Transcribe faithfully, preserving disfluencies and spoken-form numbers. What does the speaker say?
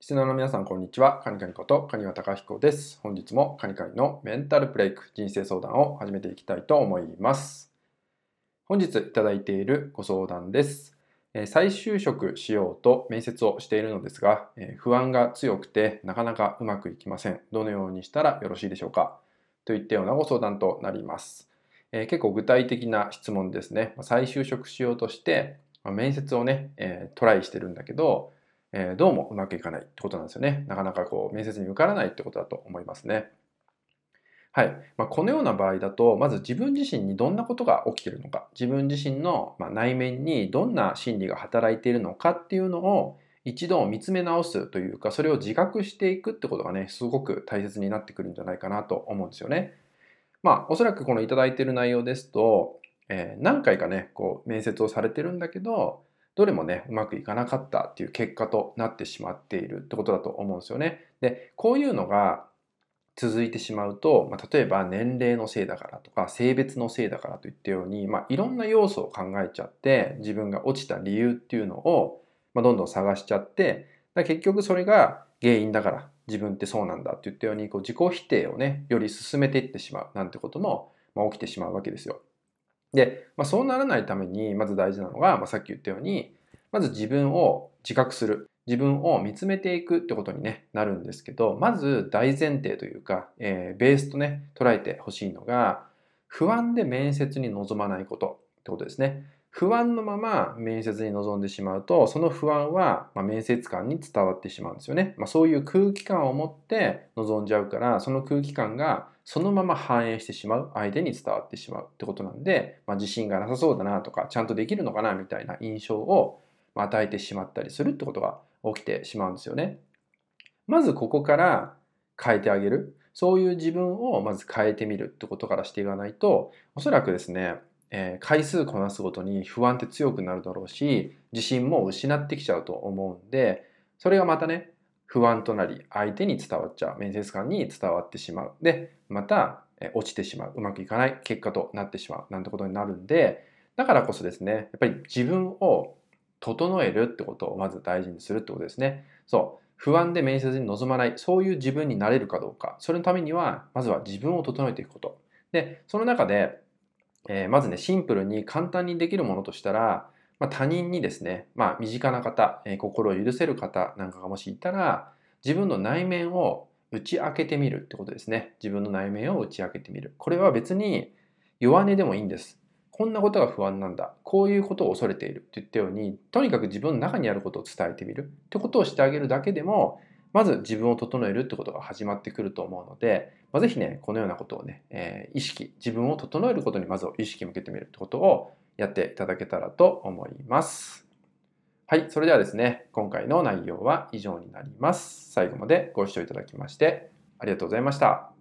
リスナーの皆さん、こんにちは。カニカニことカニワタカヒコです。本日もカニカニのメンタルブレイク人生相談を始めていきたいと思います。本日いただいているご相談です。再就職しようと面接をしているのですが、不安が強くてなかなかうまくいきません。どのようにしたらよろしいでしょうか、といったようなご相談となります。結構具体的な質問ですね。再就職しようとして面接をね、トライしてるんだけど、えー、どうもうまくいかないってことなんですよね。なかなかこう面接に受からないってことだと思いますね。はい。まあ、このような場合だと、まず自分自身にどんなことが起きているのか、自分自身のまあ内面にどんな心理が働いているのかっていうのを一度見つめ直すというか、それを自覚していくってことがね、すごく大切になってくるんじゃないかなと思うんですよね。まあ、おそらくこのいただいている内容ですと、えー何回かね、こう面接をされてるんだけど、どれもね、うまくいかなかったっていう結果となってしまっているってことだと思うんですよね。で、こういうのが続いてしまうと、まあ、例えば年齢のせいだからとか、性別のせいだからといったように、まあ、いろんな要素を考えちゃって、自分が落ちた理由っていうのを、まあ、どんどん探しちゃって、だ結局それが原因だから自分ってそうなんだって言ったように、こう自己否定をね、より進めていってしまうなんてことも、まあ、起きてしまうわけですよ。で、まあ、そうならないために、まず大事なのが、まあ、さっき言ったように、まず自分を自覚する。自分を見つめていくってことに、ね、なるんですけど、まず大前提というか、えー、ベースとね、捉えてほしいのが、不安で面接に臨まないことってことですね。不安のまま面接に臨んでしまうと、その不安は、まあ、面接官に伝わってしまうんですよね。まあ、そういう空気感を持って臨んじゃうから、その空気感がそのまま反映してしまう、相手に伝わってしまうってことなんで、まあ、自信がなさそうだなとか、ちゃんとできるのかなみたいな印象を与えてしまったりするってことが起きてしまうんですよね。まずここから変えてあげる。そういう自分をまず変えてみるってことからしていかないと、おそらくですね、えー回数こなすごとに不安って強くなるだろうし、自信も失ってきちゃうと思うんで、それがまたね、不安となり、相手に伝わっちゃう。面接官に伝わってしまう。で、また、えー落ちてしまう。うまくいかない結果となってしまう。なんてことになるんで、だからこそですね、やっぱり自分を整えるってことをまず大事にするってことですね。そう。不安で面接に臨まない、そういう自分になれるかどうか。それのためには、まずは自分を整えていくこと。で、その中で、えーまずね、シンプルに簡単にできるものとしたら、まあ、他人にですね、まあ、身近な方、えー心を許せる方なんかがもしいたら、自分の内面を打ち明けてみるってことですね。自分の内面を打ち明けてみる。これは別に弱音でもいいんです。こんなことが不安なんだ。こういうことを恐れているって言ったように、とにかく自分の中にあることを伝えてみるってことをしてあげるだけでも、まず自分を整えるってことが始まってくると思うので、まあ、ぜひね、このようなことをね、えー意識、自分を整えることにまず意識を向けてみるってことをやっていただけたらと思います。はい、それではですね、今回の内容は以上になります。最後までご視聴いただきましてありがとうございました。